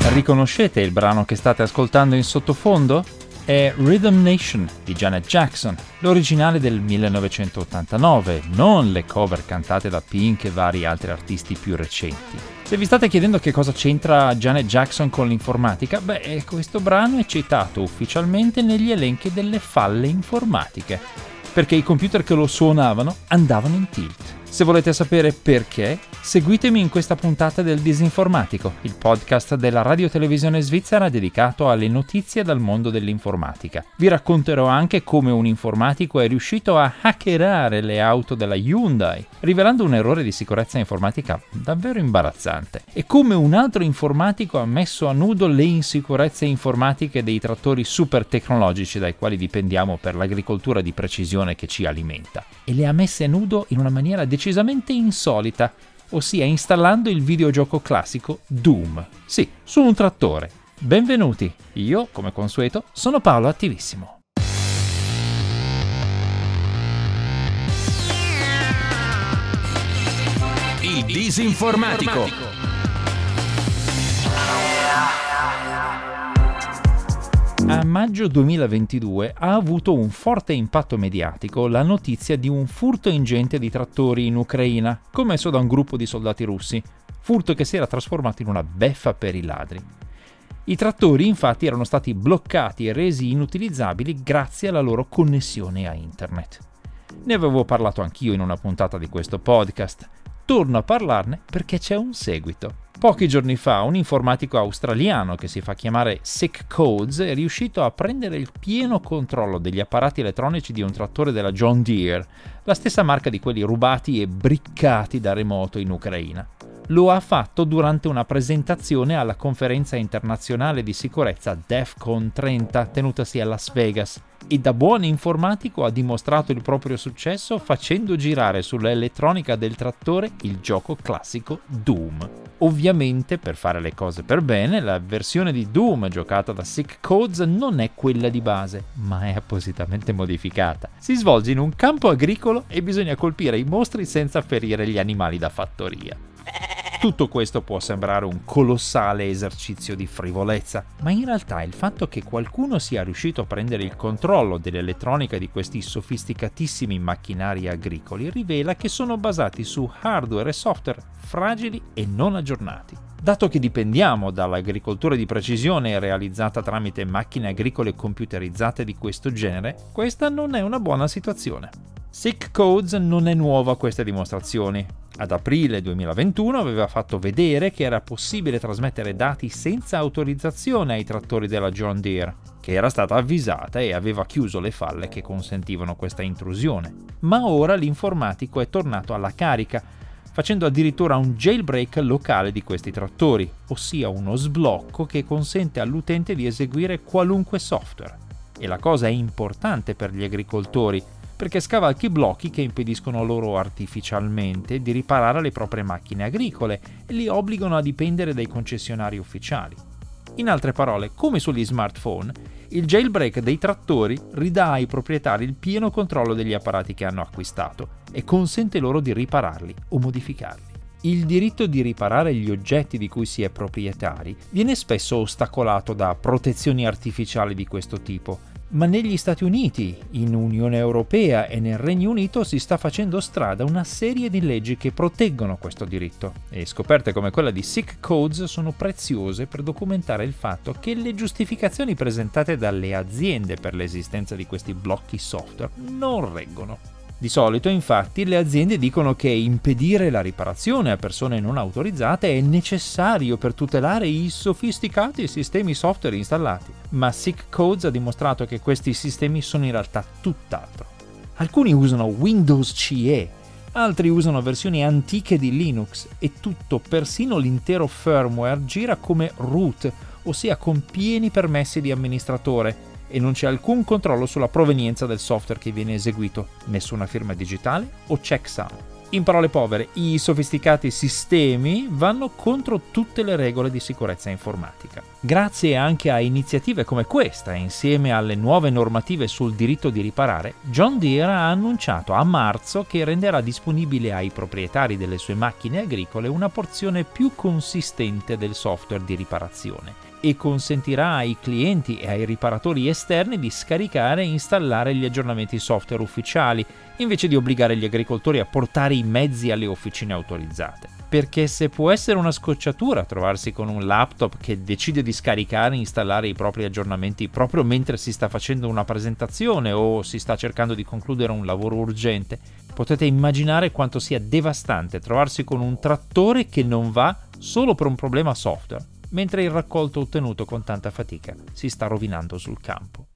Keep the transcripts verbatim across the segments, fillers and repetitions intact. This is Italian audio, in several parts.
Riconoscete il brano che state ascoltando in sottofondo? È Rhythm Nation di Janet Jackson, l'originale del millenovecentottantanove, non le cover cantate da Pink e vari altri artisti più recenti. Se vi state chiedendo che cosa c'entra Janet Jackson con l'informatica, beh, questo brano è citato ufficialmente negli elenchi delle falle informatiche, perché i computer che lo suonavano andavano in tilt. Se volete sapere perché, seguitemi in questa puntata del Disinformatico, il podcast della radiotelevisione svizzera dedicato alle notizie dal mondo dell'informatica. Vi racconterò anche come un informatico è riuscito a hackerare le auto della Hyundai, rivelando un errore di sicurezza informatica davvero imbarazzante, e come un altro informatico ha messo a nudo le insicurezze informatiche dei trattori super tecnologici dai quali dipendiamo per l'agricoltura di precisione che ci alimenta, e le ha messe a nudo in una maniera decisamente decisamente insolita, ossia installando il videogioco classico Doom. Sì, su un trattore. Benvenuti, io, come consueto, sono Paolo Attivissimo. Il Disinformatico. A maggio duemilaventidue ha avuto un forte impatto mediatico la notizia di un furto ingente di trattori in Ucraina, commesso da un gruppo di soldati russi, furto che si era trasformato in una beffa per i ladri. I trattori infatti erano stati bloccati e resi inutilizzabili grazie alla loro connessione a internet. Ne avevo parlato anch'io in una puntata di questo podcast. Torno a parlarne perché c'è un seguito. Pochi giorni fa un informatico australiano che si fa chiamare Sick Codes è riuscito a prendere il pieno controllo degli apparati elettronici di un trattore della John Deere, la stessa marca di quelli rubati e briccati da remoto in Ucraina. Lo ha fatto durante una presentazione alla conferenza internazionale di sicurezza DEFCON trenta tenutasi a Las Vegas, e da buon informatico ha dimostrato il proprio successo facendo girare sull'elettronica del trattore il gioco classico Doom. Ovviamente, per fare le cose per bene, la versione di Doom giocata da Sick Codes non è quella di base, ma è appositamente modificata. Si svolge in un campo agricolo e bisogna colpire i mostri senza ferire gli animali da fattoria. Tutto questo può sembrare un colossale esercizio di frivolezza, ma in realtà il fatto che qualcuno sia riuscito a prendere il controllo dell'elettronica di questi sofisticatissimi macchinari agricoli rivela che sono basati su hardware e software fragili e non aggiornati. Dato che dipendiamo dall'agricoltura di precisione realizzata tramite macchine agricole computerizzate di questo genere, questa non è una buona situazione. Sick Codes non è nuova a queste dimostrazioni. Ad aprile duemilaventuno aveva fatto vedere che era possibile trasmettere dati senza autorizzazione ai trattori della John Deere, che era stata avvisata e aveva chiuso le falle che consentivano questa intrusione. Ma ora l'informatico è tornato alla carica, facendo addirittura un jailbreak locale di questi trattori, ossia uno sblocco che consente all'utente di eseguire qualunque software. E la cosa è importante per gli agricoltori, perché scavalchi blocchi che impediscono loro artificialmente di riparare le proprie macchine agricole e li obbligano a dipendere dai concessionari ufficiali. In altre parole, come sugli smartphone, il jailbreak dei trattori ridà ai proprietari il pieno controllo degli apparati che hanno acquistato e consente loro di ripararli o modificarli. Il diritto di riparare gli oggetti di cui si è proprietari viene spesso ostacolato da protezioni artificiali di questo tipo, ma negli Stati Uniti, in Unione Europea e nel Regno Unito si sta facendo strada una serie di leggi che proteggono questo diritto, e scoperte come quella di Sick Codes sono preziose per documentare il fatto che le giustificazioni presentate dalle aziende per l'esistenza di questi blocchi software non reggono. Di solito, infatti, le aziende dicono che impedire la riparazione a persone non autorizzate è necessario per tutelare i sofisticati sistemi software installati, ma Sick Codes ha dimostrato che questi sistemi sono in realtà tutt'altro. Alcuni usano Windows C E, altri usano versioni antiche di Linux e tutto, persino l'intero firmware, gira come root, ossia con pieni permessi di amministratore, e non c'è alcun controllo sulla provenienza del software che viene eseguito, nessuna firma digitale o checksum. In parole povere, i sofisticati sistemi vanno contro tutte le regole di sicurezza informatica. Grazie anche a iniziative come questa, insieme alle nuove normative sul diritto di riparare, John Deere ha annunciato a marzo che renderà disponibile ai proprietari delle sue macchine agricole una porzione più consistente del software di riparazione e consentirà ai clienti e ai riparatori esterni di scaricare e installare gli aggiornamenti software ufficiali, invece di obbligare gli agricoltori a portare i mezzi alle officine autorizzate. Perché se può essere una scocciatura trovarsi con un laptop che decide di scaricare e installare i propri aggiornamenti proprio mentre si sta facendo una presentazione o si sta cercando di concludere un lavoro urgente, potete immaginare quanto sia devastante trovarsi con un trattore che non va solo per un problema software, mentre il raccolto ottenuto con tanta fatica si sta rovinando sul campo.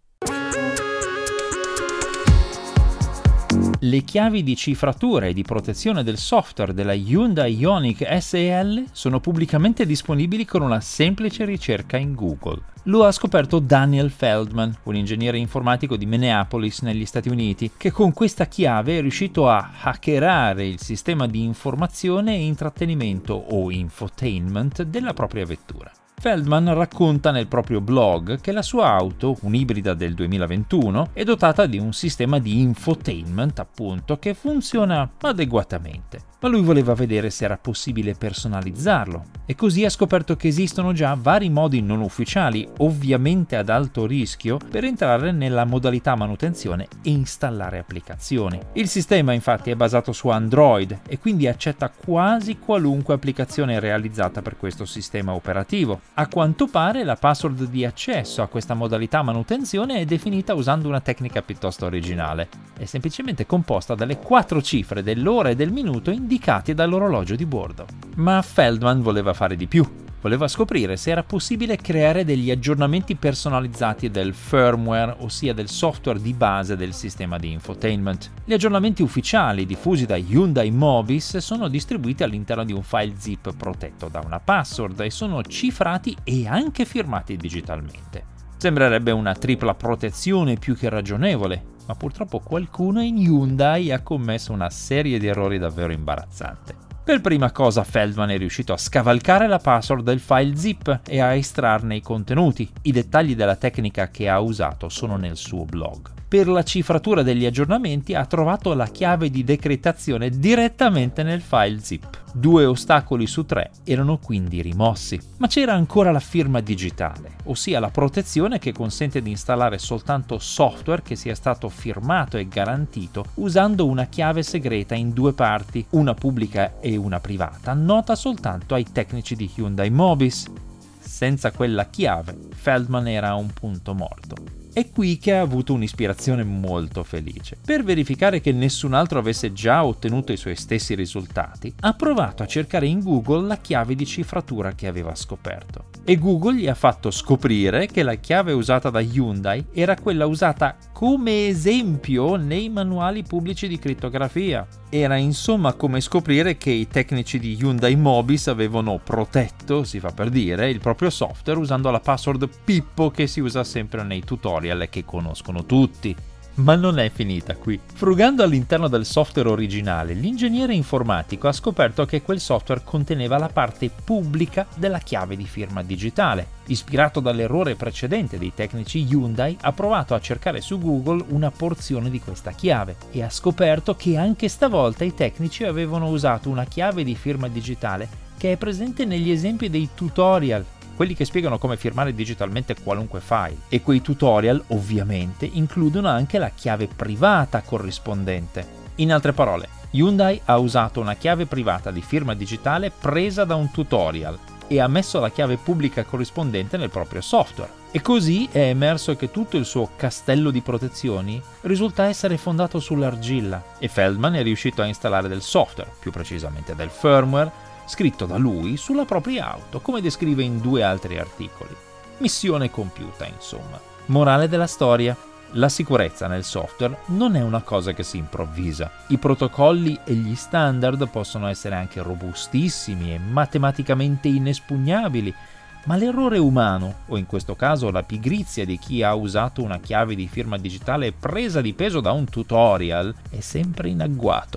Le chiavi di cifratura e di protezione del software della Hyundai Ioniq S E L sono pubblicamente disponibili con una semplice ricerca in Google. Lo ha scoperto Daniel Feldman, un ingegnere informatico di Minneapolis negli Stati Uniti, che con questa chiave è riuscito a hackerare il sistema di informazione e intrattenimento o infotainment della propria vettura. Feldman racconta nel proprio blog che la sua auto, un'ibrida del duemilaventuno, è dotata di un sistema di infotainment, appunto, che funziona adeguatamente. Ma lui voleva vedere se era possibile personalizzarlo, e così ha scoperto che esistono già vari modi non ufficiali, ovviamente ad alto rischio, per entrare nella modalità manutenzione e installare applicazioni. Il sistema infatti è basato su Android e quindi accetta quasi qualunque applicazione realizzata per questo sistema operativo. A quanto pare la password di accesso a questa modalità manutenzione è definita usando una tecnica piuttosto originale. È semplicemente composta dalle quattro cifre dell'ora e del minuto indicati dall'orologio di bordo. Ma Feldman voleva fare di più. Voleva scoprire se era possibile creare degli aggiornamenti personalizzati del firmware, ossia del software di base del sistema di infotainment. Gli aggiornamenti ufficiali diffusi da Hyundai Mobis sono distribuiti all'interno di un file zip protetto da una password e sono cifrati e anche firmati digitalmente. Sembrerebbe una tripla protezione più che ragionevole, ma purtroppo qualcuno in Hyundai ha commesso una serie di errori davvero imbarazzanti. Per prima cosa Feldman è riuscito a scavalcare la password del file zip e a estrarne i contenuti. I dettagli della tecnica che ha usato sono nel suo blog. Per la cifratura degli aggiornamenti ha trovato la chiave di decrittazione direttamente nel file zip. Due ostacoli su tre erano quindi rimossi. Ma c'era ancora la firma digitale, ossia la protezione che consente di installare soltanto software che sia stato firmato e garantito usando una chiave segreta in due parti, una pubblica e una privata, nota soltanto ai tecnici di Hyundai Mobis. Senza quella chiave, Feldman era a un punto morto. È qui che ha avuto un'ispirazione molto felice. Per verificare che nessun altro avesse già ottenuto i suoi stessi risultati, ha provato a cercare in Google la chiave di cifratura che aveva scoperto. E Google gli ha fatto scoprire che la chiave usata da Hyundai era quella usata come esempio nei manuali pubblici di crittografia. Era insomma come scoprire che i tecnici di Hyundai Mobis avevano protetto, si fa per dire, il proprio software usando la password Pippo che si usa sempre nei tutorial e che conoscono tutti. Ma non è finita qui. Frugando all'interno del software originale, l'ingegnere informatico ha scoperto che quel software conteneva la parte pubblica della chiave di firma digitale. Ispirato dall'errore precedente dei tecnici Hyundai, ha provato a cercare su Google una porzione di questa chiave e ha scoperto che anche stavolta i tecnici avevano usato una chiave di firma digitale che è presente negli esempi dei tutorial, quelli che spiegano come firmare digitalmente qualunque file. E quei tutorial, ovviamente, includono anche la chiave privata corrispondente. In altre parole, Hyundai ha usato una chiave privata di firma digitale presa da un tutorial e ha messo la chiave pubblica corrispondente nel proprio software. E così è emerso che tutto il suo castello di protezioni risulta essere fondato sull'argilla, e Feldman è riuscito a installare del software, più precisamente del firmware, scritto da lui sulla propria auto, come descrive in due altri articoli. Missione compiuta, insomma. Morale della storia: la sicurezza nel software non è una cosa che si improvvisa. I protocolli e gli standard possono essere anche robustissimi e matematicamente inespugnabili, ma l'errore umano, o in questo caso la pigrizia di chi ha usato una chiave di firma digitale presa di peso da un tutorial, è sempre in agguato.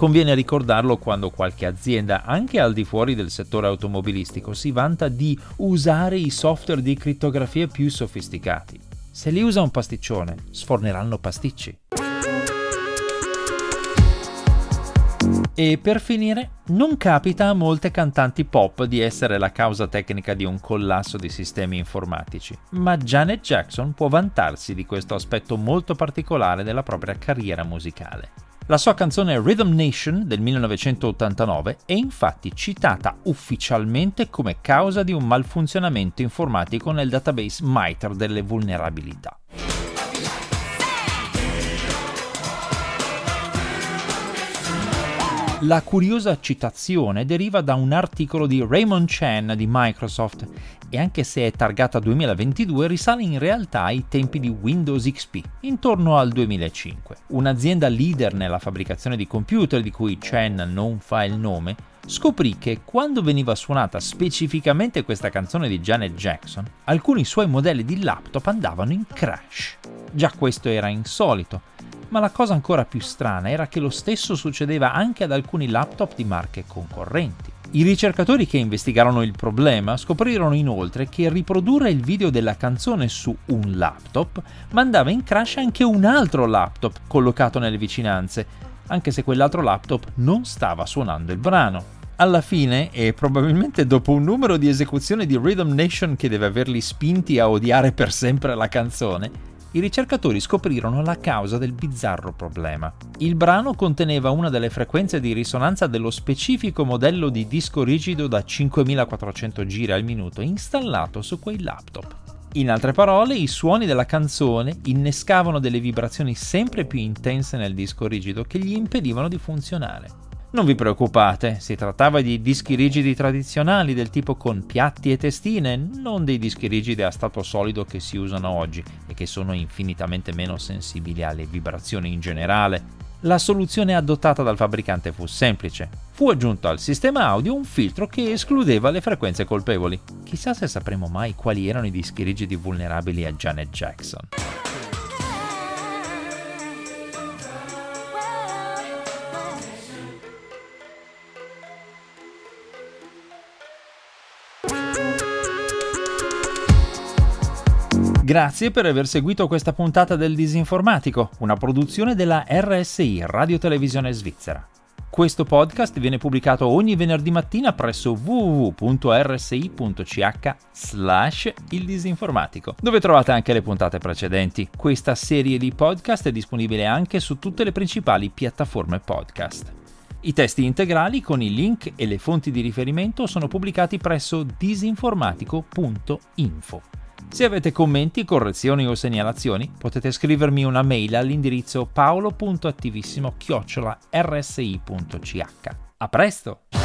Conviene ricordarlo quando qualche azienda, anche al di fuori del settore automobilistico, si vanta di usare i software di crittografia più sofisticati. Se li usa un pasticcione, sforneranno pasticci. E per finire, non capita a molte cantanti pop di essere la causa tecnica di un collasso di sistemi informatici, ma Janet Jackson può vantarsi di questo aspetto molto particolare della propria carriera musicale. La sua canzone Rhythm Nation del millenovecentottantanove è infatti citata ufficialmente come causa di un malfunzionamento informatico nel database MITRE delle vulnerabilità. La curiosa citazione deriva da un articolo di Raymond Chen di Microsoft e anche se è targata duemilaventidue risale in realtà ai tempi di Windows X P, intorno al duemilacinque. Un'azienda leader nella fabbricazione di computer di cui Chen non fa il nome, scoprì che quando veniva suonata specificamente questa canzone di Janet Jackson, alcuni suoi modelli di laptop andavano in crash. Già questo era insolito. Ma la cosa ancora più strana era che lo stesso succedeva anche ad alcuni laptop di marche concorrenti. I ricercatori che investigarono il problema scoprirono inoltre che riprodurre il video della canzone su un laptop mandava in crash anche un altro laptop collocato nelle vicinanze, anche se quell'altro laptop non stava suonando il brano. Alla fine, e probabilmente dopo un numero di esecuzioni di Rhythm Nation che deve averli spinti a odiare per sempre la canzone, i ricercatori scoprirono la causa del bizzarro problema. Il brano conteneva una delle frequenze di risonanza dello specifico modello di disco rigido da cinquemilaquattrocento giri al minuto installato su quei laptop. In altre parole, i suoni della canzone innescavano delle vibrazioni sempre più intense nel disco rigido che gli impedivano di funzionare. Non vi preoccupate, si trattava di dischi rigidi tradizionali del tipo con piatti e testine, non dei dischi rigidi a stato solido che si usano oggi e che sono infinitamente meno sensibili alle vibrazioni in generale. La soluzione adottata dal fabbricante fu semplice. Fu aggiunto al sistema audio un filtro che escludeva le frequenze colpevoli. Chissà se sapremo mai quali erano i dischi rigidi vulnerabili a Janet Jackson. Grazie per aver seguito questa puntata del Disinformatico, una produzione della R S I, Radio Televisione Svizzera. Questo podcast viene pubblicato ogni venerdì mattina presso w w w punto r s i punto c h slash il disinformatico, dove trovate anche le puntate precedenti. Questa serie di podcast è disponibile anche su tutte le principali piattaforme podcast. I testi integrali con i link e le fonti di riferimento sono pubblicati presso disinformatico punto info. Se avete commenti, correzioni o segnalazioni, potete scrivermi una mail all'indirizzo paolo punto attivissimo chiocciola r s i punto c h. A presto!